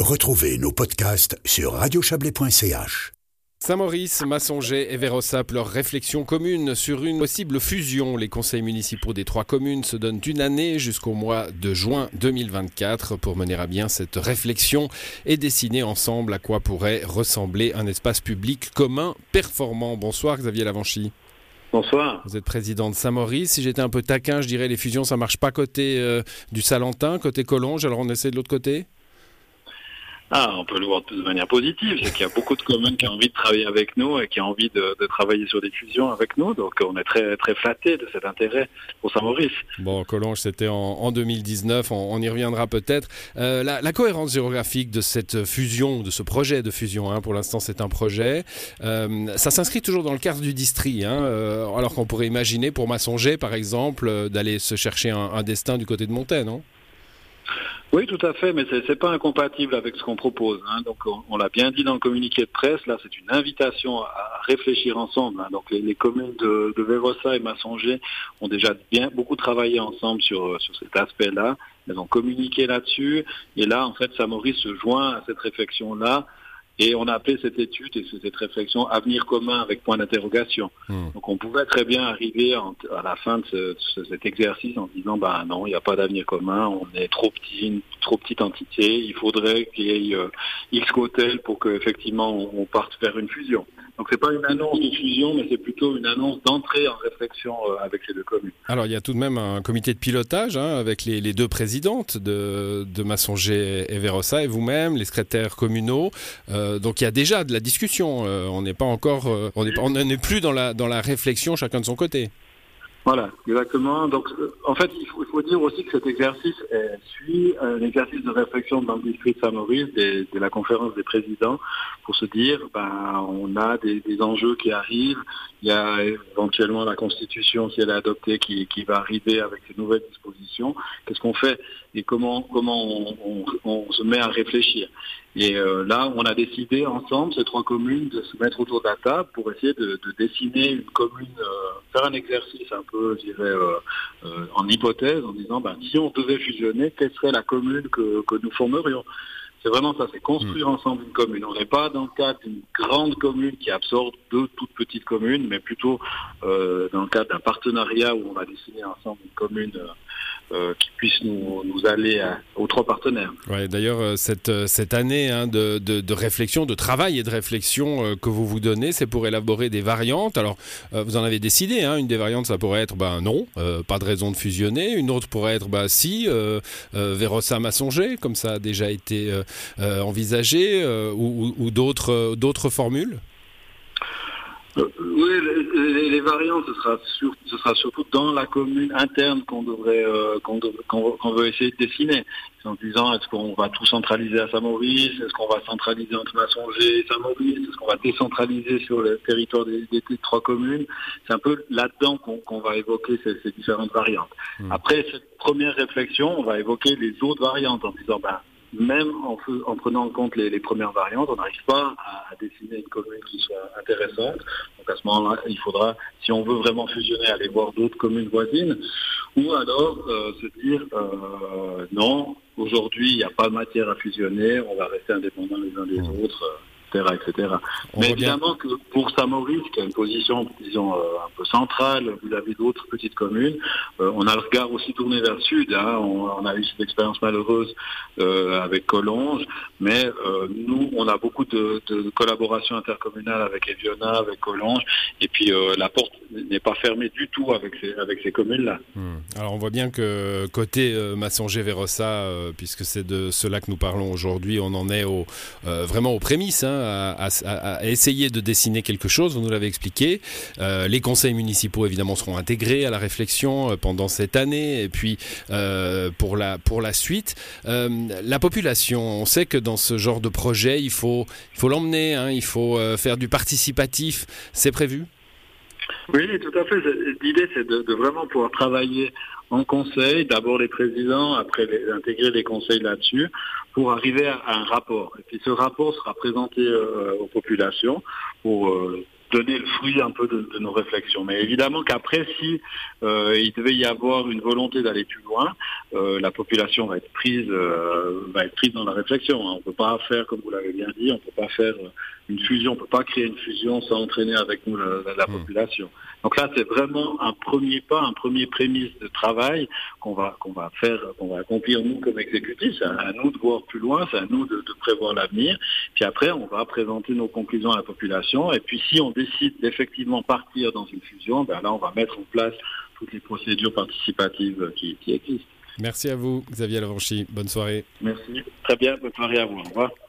Retrouvez nos podcasts sur radiochablais.ch. Saint-Maurice, Massonger et Vérossap, leur réflexion commune sur une possible fusion. Les conseils municipaux des 3 communes se donnent une année jusqu'au mois de juin 2024 pour mener à bien cette réflexion et dessiner ensemble à quoi pourrait ressembler un espace public commun performant. Bonsoir Xavier Lavanchy. Bonsoir. Vous êtes président de Saint-Maurice. Si j'étais un peu taquin, je dirais les fusions, ça ne marche pas côté du Salentin, côté Collonges, alors on essaie de l'autre côté ? On peut le voir de manière positive, c'est qu'il y a beaucoup de communes qui ont envie de travailler avec nous et qui ont envie de travailler sur des fusions avec nous, donc on est très très flattés de cet intérêt pour Saint-Maurice. Bon, Collonges, c'était en 2019, on y reviendra peut-être. La cohérence géographique de cette fusion, de ce projet de fusion, pour l'instant c'est un projet, ça s'inscrit toujours dans le cadre du district, alors qu'on pourrait imaginer pour Massonger par exemple d'aller se chercher un destin du côté de Montaix, non ? Oui, tout à fait, mais c'est pas incompatible avec ce qu'on propose. Donc, on l'a bien dit dans le communiqué de presse. Là, c'est une invitation à réfléchir ensemble. Donc, les communes de Vérossap et Massonger ont déjà beaucoup travaillé ensemble sur cet aspect-là. Elles ont communiqué là-dessus. Et là, en fait, Saint-Maurice se joint à cette réflexion-là. Et on a appelé cette étude et cette réflexion avenir commun avec point d'interrogation. Donc on pouvait très bien arriver à la fin de cet exercice en disant non, il n'y a pas d'avenir commun, on est trop petit, une trop petite entité, il faudrait qu'il y ait X hôtels pour qu'effectivement on parte vers une fusion. Donc c'est pas une annonce de fusion, mais c'est plutôt une annonce d'entrée en réflexion avec ces 2 communes. Alors il y a tout de même un comité de pilotage avec les 2 présidentes de Massonger et Vérossap et vous-même, les secrétaires communaux. Donc il y a déjà de la discussion. On n'est pas encore, on n'est plus dans la réflexion chacun de son côté. Voilà, exactement. Donc, en fait, il faut dire aussi que cet exercice suit un exercice de réflexion dans le district de Saint-Maurice de la conférence des présidents pour se dire, on a des enjeux qui arrivent. Il y a éventuellement la Constitution, si elle est adoptée, qui va arriver avec ces nouvelles dispositions. Qu'est-ce qu'on fait et comment on se met à réfléchir. Et là, on a décidé ensemble, ces 3 communes, de se mettre autour de la table pour essayer de dessiner une commune, faire un exercice un peu, je dirais, en hypothèse, en disant, si on devait fusionner, quelle serait la commune que nous formerions ? C'est vraiment ça, c'est construire ensemble une commune. On n'est pas dans le cadre d'une grande commune qui absorbe 2 toutes petites communes, mais plutôt dans le cadre d'un partenariat où on va dessiner ensemble une commune qui puisse nous aller aux 3 partenaires. Ouais, d'ailleurs, cette année de réflexion, de travail et de réflexion que vous vous donnez, c'est pour élaborer des variantes. Alors, vous en avez décidé, une des variantes, ça pourrait être non, pas de raison de fusionner. Une autre pourrait être si, Vérossap Massonger, comme ça a déjà été envisagé, ou d'autres formules. Oui, les variantes, ce sera surtout dans la commune interne qu'on veut essayer de dessiner. En disant, est-ce qu'on va tout centraliser à Saint-Maurice? Est-ce qu'on va centraliser entre Massonger et Saint-Maurice? Est-ce qu'on va décentraliser sur le territoire des 3 communes? C'est un peu là-dedans qu'on va évoquer ces différentes variantes. Après cette première réflexion, on va évoquer les autres variantes en disant, même en prenant en compte les premières variantes, on n'arrive pas à dessiner une commune qui soit intéressante. Donc à ce moment-là, il faudra, si on veut vraiment fusionner, aller voir d'autres communes voisines, ou alors se dire non, aujourd'hui il n'y a pas matière à fusionner, on va rester indépendants les uns des autres. Etc. Mais évidemment que pour Saint-Maurice, qui a une position, disons, un peu centrale vis-à-vis d'autres petites communes, on a le regard aussi tourné vers le sud. On a eu cette expérience malheureuse avec Collonges, mais nous, on a beaucoup de collaboration intercommunale avec Eviona, avec Collonges, et puis la porte n'est pas fermée du tout avec ces communes-là. Alors on voit bien que côté Massonger-Vérossap, puisque c'est de cela que nous parlons aujourd'hui, on en est vraiment aux prémices, à essayer de dessiner quelque chose, vous nous l'avez expliqué. Les conseils municipaux évidemment seront intégrés à la réflexion pendant cette année et puis pour la suite. La population, on sait que dans ce genre de projet, il faut l'emmener, il faut faire du participatif, c'est prévu ? Oui, tout à fait. L'idée, c'est de vraiment pouvoir travailler en conseil, d'abord les présidents, après intégrer les conseils là-dessus, pour arriver à un rapport. Et puis ce rapport sera présenté aux populations pour donner le fruit un peu de nos réflexions. Mais évidemment qu'après, si il devait y avoir une volonté d'aller plus loin, la population va être prise dans la réflexion. On ne peut pas faire, comme vous l'avez bien dit, on ne peut pas faire une fusion, on ne peut pas créer une fusion sans entraîner avec nous la population. Donc là, c'est vraiment un premier pas, un premier prémisse de travail qu'on va accomplir nous comme exécutifs. C'est à nous de voir plus loin, c'est à nous de prévoir l'avenir. Puis après, on va présenter nos conclusions à la population. Et puis si on décide d'effectivement partir dans une fusion, là, on va mettre en place toutes les procédures participatives qui existent. Merci à vous, Xavier Lavanchi. Bonne soirée. Merci. Très bien. Bonne soirée à vous. Au revoir.